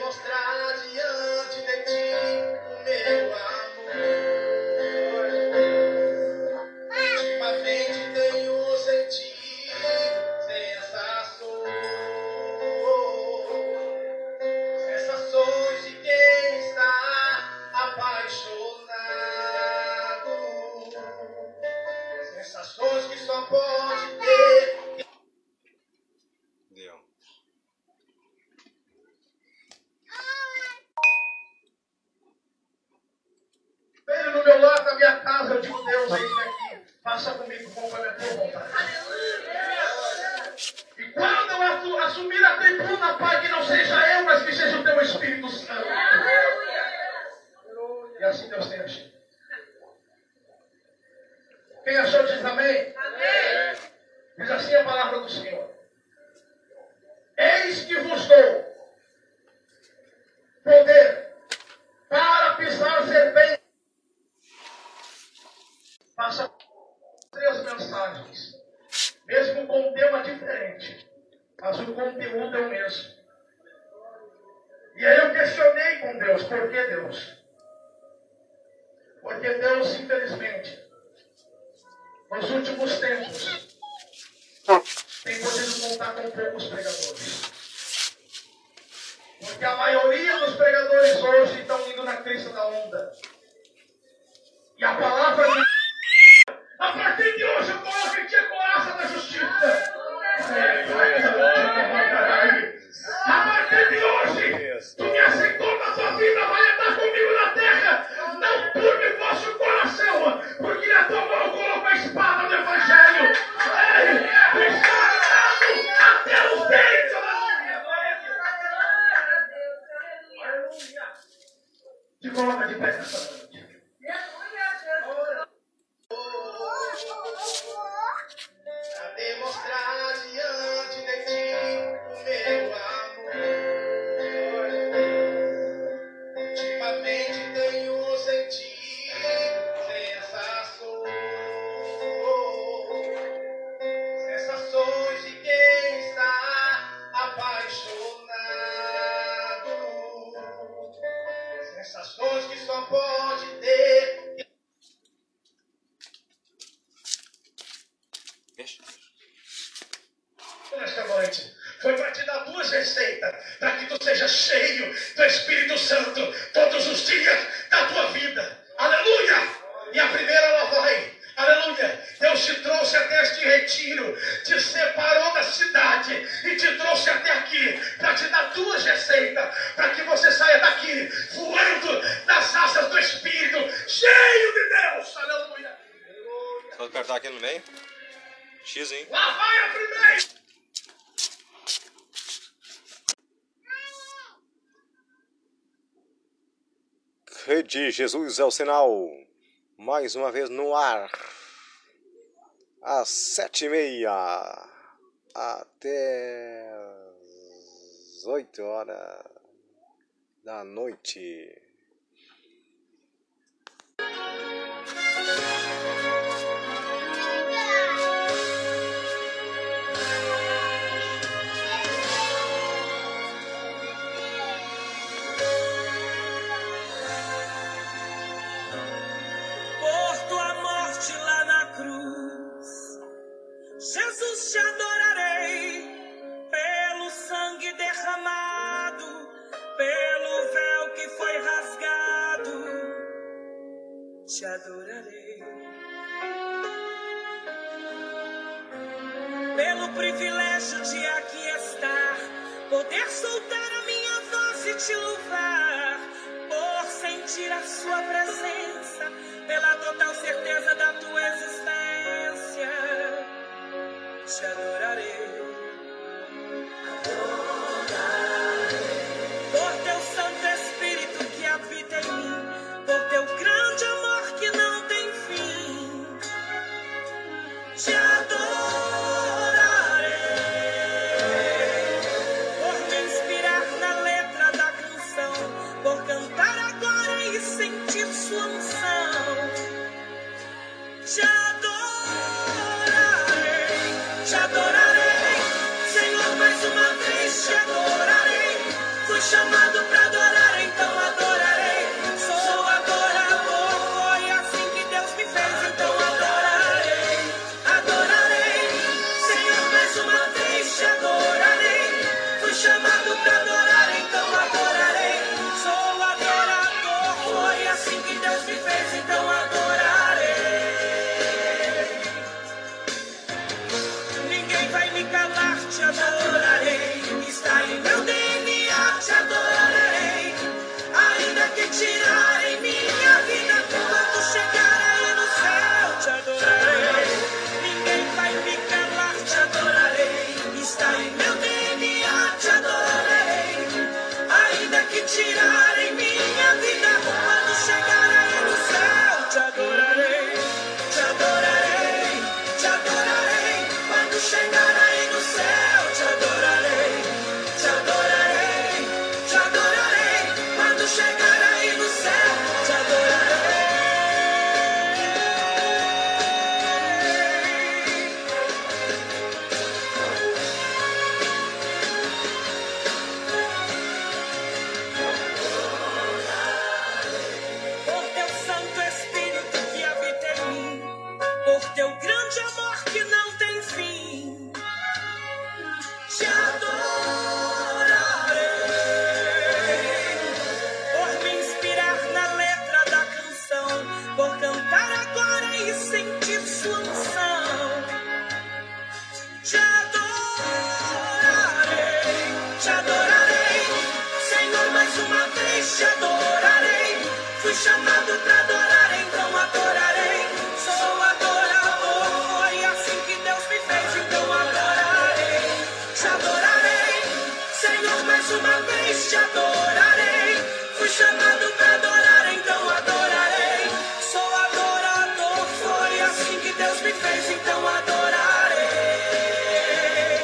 demonstrar diante de ti o meu amor. Ultimamente tenho sentido sensações de quem está apaixonado, sensações que só pode ter. Deu. Veio no meu lado, na minha casa, eu digo, Deus, eis-me aqui, faça comigo conforme a tua vontade. E quando eu assumir a tribuna, Pai, que não seja eu, mas que seja o teu Espírito Santo. E assim Deus tem agido. Quem achou diz amém? Amém. Diz assim a palavra do Senhor. Eis que vos dou poder para pisar serpentes. Faça 3 mensagens, mesmo com um tema diferente, mas o conteúdo é o mesmo. E aí eu questionei com Deus, por que Deus? Porque Deus, infelizmente, nos últimos tempos, tem podido contar com poucos pregadores. Porque a maioria dos pregadores hoje estão indo na crista da onda. E a palavra de a partir de hoje eu coloco em ti a coraça da justiça. A partir de hoje, tu me aceitou na tua vida, vai andar comigo na terra. Não turbe o vosso coração, porque na tua mão eu coloco a espada do Evangelho. Até os dentes. Te coloca de pé nessa noite. A demonstrar diante de ti o meu amor. Ultimamente tenho sentido sensações de quem está apaixonado, sensações que só pode ter. Nesta noite foi para te dar 2 receitas para que tu seja cheio do Espírito Santo todos os dias da tua vida. Aleluia! E a primeira ela vai. Aleluia! Deus te trouxe até este retiro, te separou da cidade e te trouxe até aqui para te dar 2 receitas para que você saia daqui voando nas asas do Espírito, cheio de Deus. Aleluia! Só apertar aqui no meio. X, hein? Lá vai a primeira! Rede Jesus é o sinal. Mais uma vez no ar. Às 7h30 até as 8 horas da noite. Jesus, te adorarei pelo sangue derramado, pelo véu que foi rasgado. Te adorarei pelo privilégio de aqui estar, poder soltar a minha voz e te louvar, por sentir a sua presença, pela total certeza da tua existência. Te adorarei, por teu Santo Espírito que habita em mim, por teu grande amor que não tem fim. Te adorarei, por me inspirar na letra da canção, por cantar agora e sentir sua unção. Te adorarei, te adorarei. chegar aí no céu, te adorarei, te adorarei, te adorarei. Quando chegar aí no céu, te adorarei. Por teu Santo Espírito que habita em mim, por teu grande amor que não tem fim, te adorarei. Por me inspirar na letra da canção, por cantar agora e sentir sua unção, te adorarei, te adorarei. Senhor, mais uma vez te adorarei. Fui chamado pra adorar, então adorarei. Sou adorador, foi assim que Deus me fez, então adorarei. Te adorarei, Senhor, mais uma vez te adorarei. Fui chamado pra adorar, então adorarei. Sou adorador, foi assim que Deus me fez, então adorarei.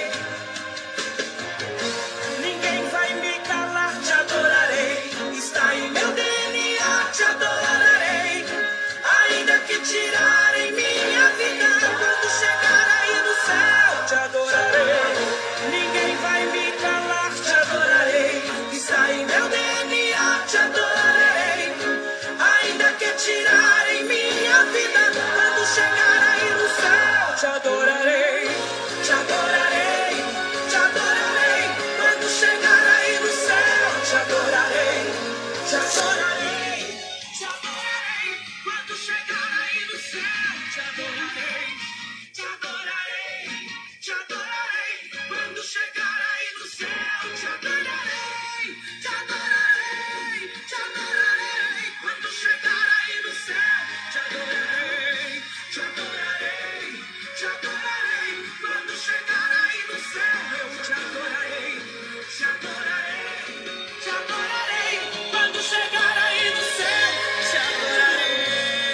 Ninguém vai me calar, te adorarei. Está em meu DNA, te adorarei. Ainda que tirarem minha vida, quando chegar aí no céu, te adorarei. Ninguém vai me calar, te adorarei. Está em meu DNA, te adorarei. Ainda que tirarem minha vida, quando chegar aí no céu, te adorarei, te adorarei, te adorarei. Quando chegar aí no céu, te adorarei, te adorarei, te adorarei. Quando chegar aí no céu, te adorarei, te adorarei, te adorarei. Quando chegar aí no céu, te adorarei, te adorarei, te adorarei. Quando chegar aí no céu, te adorarei, te adorarei, te adorarei. Quando chegar aí no céu, eu te adorarei, te adorarei, te adorarei. Quando chegar aí no céu, te adorarei.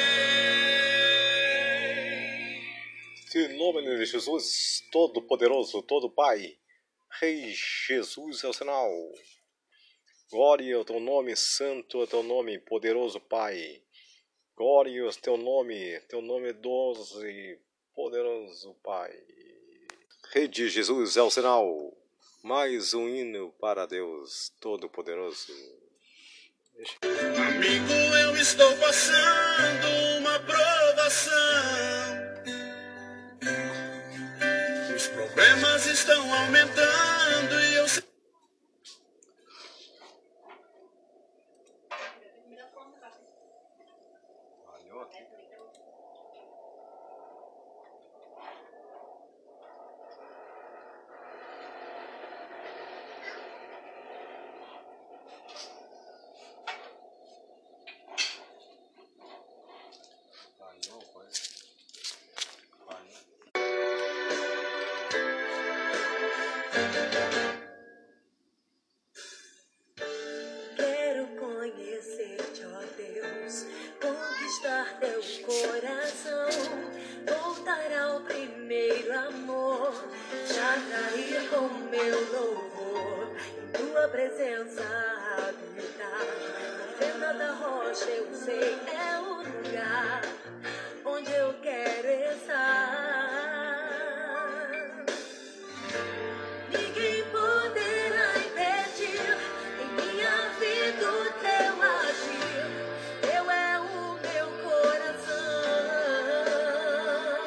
Em nome de Jesus, Todo-Poderoso, Todo Pai, Rei Jesus é o sinal. Glória ao teu nome, santo é teu nome, poderoso Pai. Glória ao teu nome doce e poderoso Pai. Rei de Jesus é o sinal. Mais um hino para Deus Todo-Poderoso. Amigo, eu estou passando uma provação. Os problemas estão aumentando e eu sei. Quero conhecer-te, ó Deus, conquistar teu coração, voltar ao primeiro amor, te atrair com meu louvor, em tua presença habitar. Na fenda da rocha eu sei é o lugar onde eu quero estar. Ninguém poderá impedir em minha vida o teu agir. Teu é o meu coração.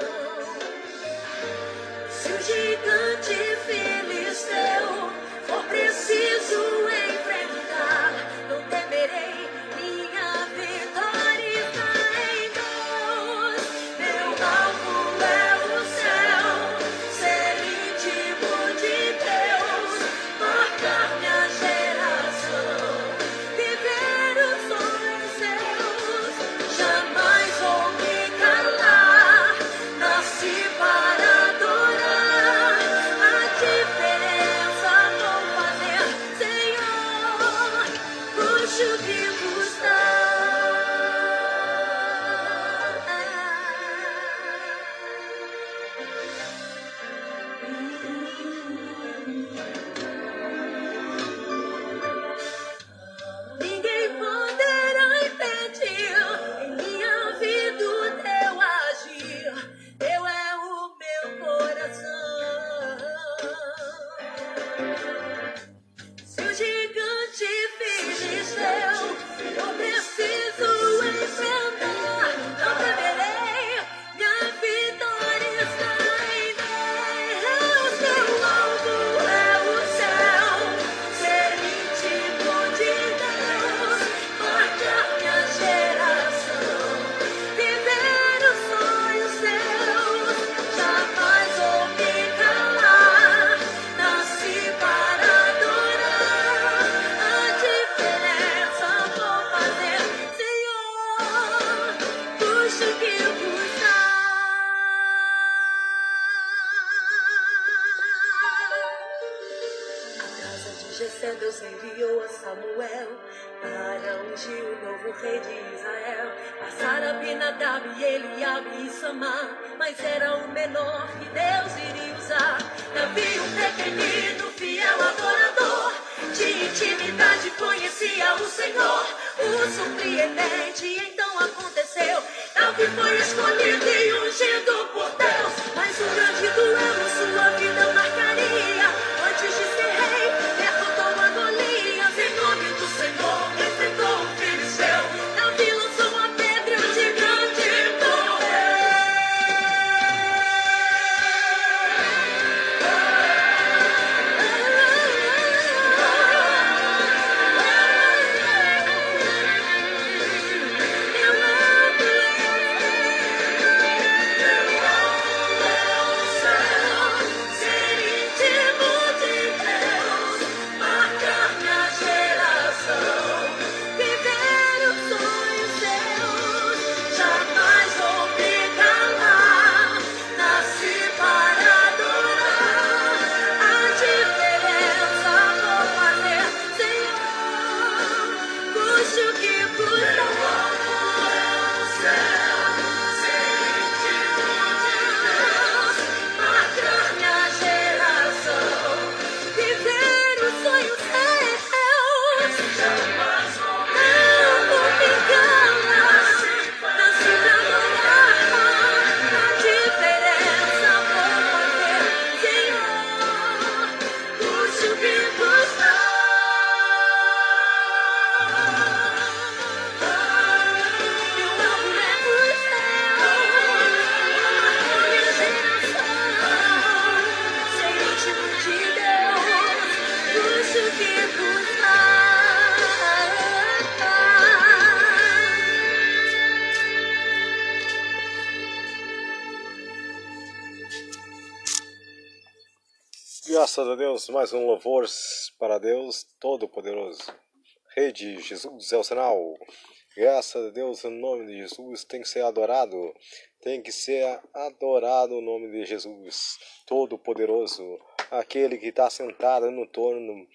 Se o gigante filisteu for preciso enfrentar, não temerei, minha vitória está em Deus. Meu alvo é o céu, ser íntimo de Deus, marcar minha geração, viver os sonhos seus. Jamais vou me calar, nasci para adorar a Se o gigante filisteu eu preciso enfrentar, não temerei, minha vitória está em Deus. Meu alvo é o céu, ser íntimo de Deus, marcar minha geração, viver os sonhos seus, jamais vou me calar, nasci para adorar, a diferença vou fazer, Senhor, custe o que custar. A casa de Jessé, Deus enviou a Samuel para ungir o novo rei de Israel. Passaram Abinadab e Eliabe e Samar, mas era o menor que Deus iria usar. Davi, um pequenino, fiel adorador, de intimidade conhecia o Senhor. O surpreendente então aconteceu, Davi foi escolhido e ungido por Deus, mas um grande duelo sua vida marcaria. Antes de ser rei, derrotou a Golias, em nome do Senhor enfrentou o filisteu. Davi lançou a pedra e o gigante Graças a Deus, mais um louvor para Deus Todo-Poderoso. Rei de Jesus é o sinal. Graças a Deus, o nome de Jesus tem que ser adorado. Tem que ser adorado o nome de Jesus Todo-Poderoso. Aquele que está sentado no trono.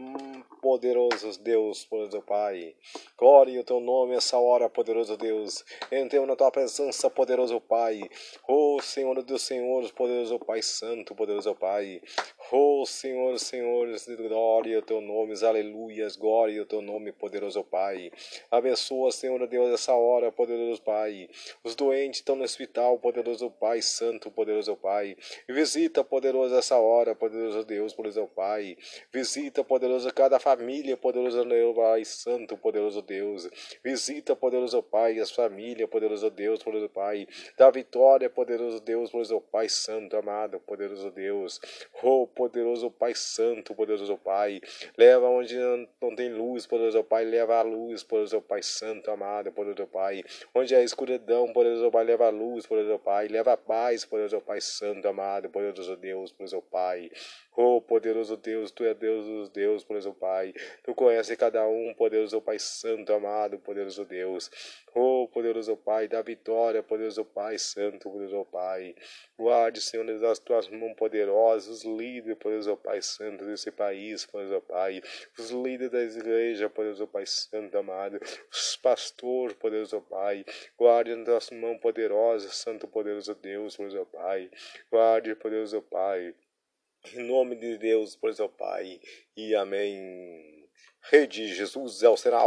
Poderoso Deus, poderoso Pai. Glória o teu nome essa hora, poderoso Deus. Entremos na tua presença, poderoso Pai. Oh Senhor dos Senhores, poderoso Pai Santo, poderoso Pai. Oh Senhor, Senhores, glória o teu nome, aleluias, glória o teu nome, poderoso Pai. Abençoa, Senhor Deus, essa hora, poderoso Pai. Os doentes estão no hospital, poderoso Pai Santo, poderoso Pai. Visita, poderoso, essa hora, poderoso Deus, poderoso Pai. Visita, poderoso cada família, poderoso Deus, Pai Santo, poderoso Deus. Visita, poderoso Pai, as famílias, poderoso Deus, poderoso Pai. Dá vitória, poderoso Deus, poderoso Pai Santo, amado, poderoso Deus. Oh, poderoso Pai Santo, poderoso Pai. Leva onde não tem luz, poderoso Pai, leva a luz, poderoso Pai Santo, amado, poderoso Pai. Onde há escuridão, poderoso Pai, leva a luz, poderoso Pai. Leva a paz, poderoso Pai Santo, amado, poderoso Deus, poderoso Pai. Oh, poderoso Deus, Tu é Deus dos deuses, poderoso Pai. Tu conhece cada um, poderoso Pai Santo, amado, poderoso Deus. Oh, poderoso Pai, dá vitória, poderoso Pai Santo, poderoso Pai. Guarde, Senhor, das Tuas mãos poderosas, os líderes, poderoso Pai Santo, desse país, poderoso Pai. Os líderes da igreja, poderoso Pai Santo, amado. Os pastores, poderoso Pai. Guarde nas Tuas mãos poderosas, Santo, poderoso Deus, poderoso Pai. Guarde, poderoso Pai. Em nome de Deus, pois é o Pai, e amém. Rei de Jesus é o sinal.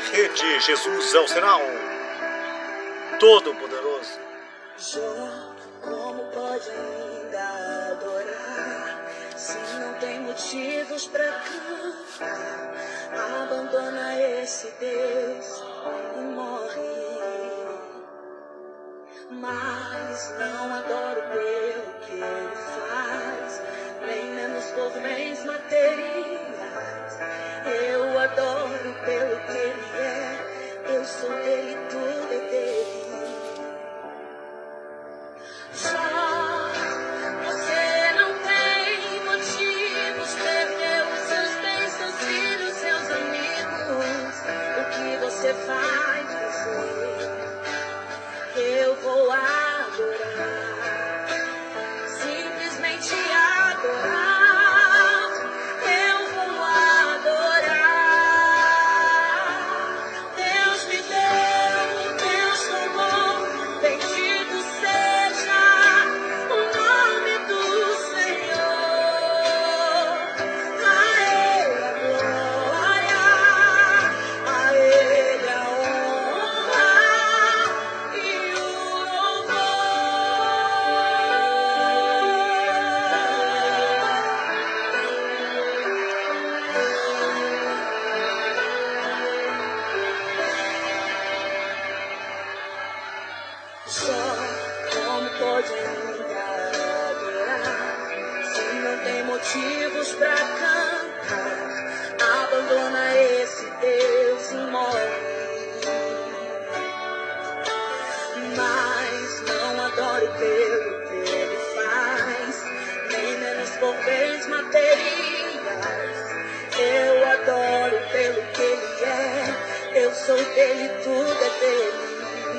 Rede Jesus é o sinal. Todo-Poderoso. Jó, como pode ainda adorar se não tem motivos pra cantar? Abandona esse Deus e morre. Mas não adoro pelo que ele faz, nem menos por bens materiais. Eu adoro pelo que ele é, eu sou dele, tudo é dele. Só você não tem motivos, perdeu os seus bens, seus filhos, seus amigos. O que você vai fazer? Eu vou adorar, simplesmente adorar. Eu vou adorar. Deus me deu, Deus tomou, bendito seja o nome do Senhor. A Ele a glória, a Ele a honra e o louvor. Só como pode ainda adorar se não tem motivos pra cantar? Abandona esse Deus e morre. Mas não adoro pelo que ele faz, nem menos por bens materiais. Eu adoro pelo que ele é, eu sou dele, tudo é dele.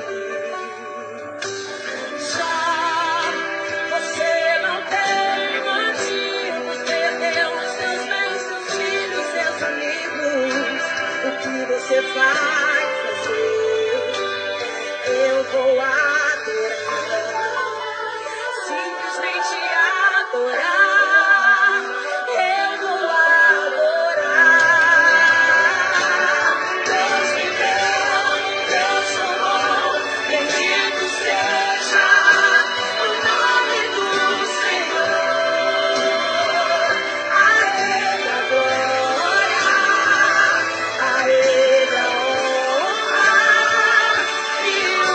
Só você não tem motivos, perdeu os seus bens, seus filhos, seus amigos. O que você vai fazer? Eu vou adorar, simplesmente adorar. Eu vou adorar. Deus me deu, Deus tomou, bendito seja o nome do Senhor. A Ele a glória, a Ele a honra e o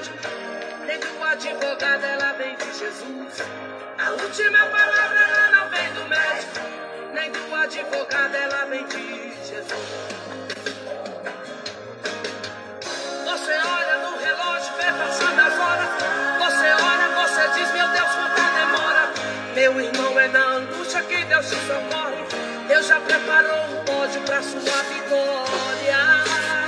médico, nem do advogado, ela vem de Jesus. A última palavra ela não vem do médico, nem do advogado, ela vem de Jesus. Você olha no relógio, vê passando as horas. Você olha, você diz, meu Deus, quanta demora. Meu irmão, é na angústia que Deus te socorre. Deus já preparou um pódio pra sua vitória.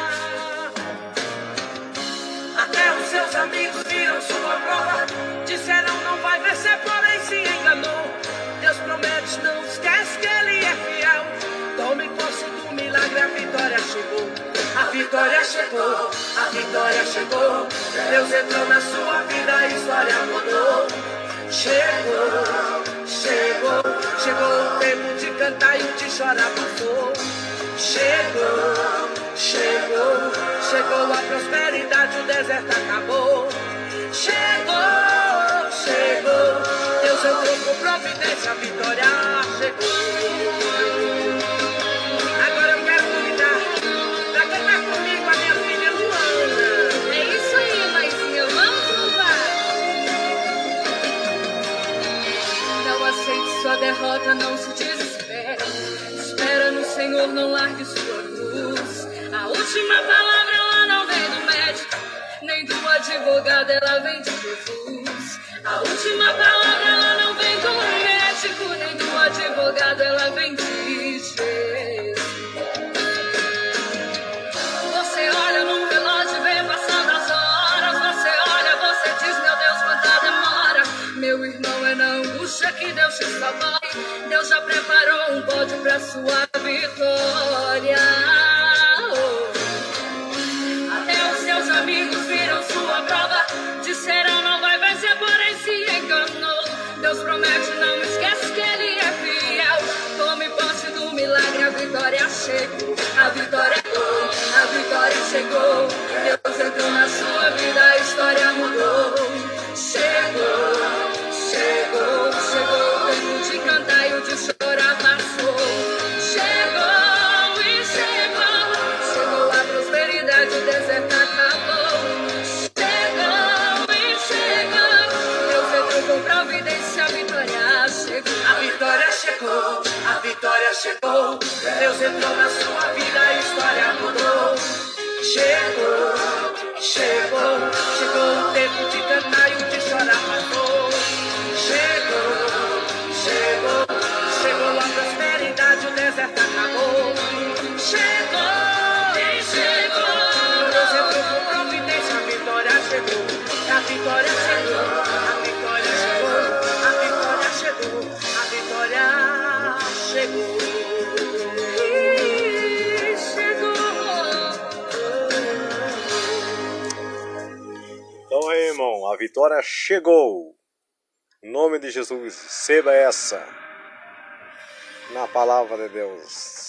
Até os seus amigos viram sua prova, disseram não vai vencer, porém se enganou. Deus promete, não esquece que Ele é fiel. Tome posse do milagre, a vitória chegou. A vitória chegou, a vitória chegou. Deus entrou na sua vida, a história mudou. Chegou, chegou, chegou o tempo de cantar e o de chorar passou. Chegou, chegou, chegou a prosperidade, o deserto acabou. Chegou, chegou, Deus entrou com providência, a vitória chegou. Agora eu quero convidar pra cantar comigo a minha filha Luana. É isso aí, mãezinha, vamos louvar. Não aceite sua derrota, não se desespere. Espera no Senhor, não largue sua cruz. A última palavra ela não vem do médico, nem do advogado, ela vem de Jesus. A última palavra ela não vem do médico, nem do advogado, ela vem de Jesus. Você olha no relógio e vê passando as horas. Você olha, você diz, meu Deus, quanta demora. Meu irmão, é na angústia que Deus te salva. Deus já preparou um pódio pra sua vitória. Até os seus amigos viram sua prova, disseram não vai vencer, porém se enganou. Deus promete, não esquece que Ele é fiel. Tome posse do milagre, a vitória chegou. A vitória chegou, a vitória chegou. Deus entrou na sua vida, a história mudou. Chegou, chegou, chegou o tempo de cantar e o de chorar passou. Chegou e chegou, chegou a prosperidade, o deserto acabou. Chegou e chegou, Deus entrou com providência, a vitória chegou. A vitória chegou, a vitória chegou. Deus entrou na sua vida, a história mudou. Chegou, chegou, chegou o tempo de cantar e o de chorar passou. Chegou, chegou, chegou a prosperidade, o deserto acabou. Chegou e chegou, Deus entrou com providência, a vitória chegou. A vitória chegou, a vitória chegou, a vitória chegou, a vitória chegou. E chegou. Então aí, irmão, a vitória chegou. Em nome de Jesus, receba essa na palavra de Deus.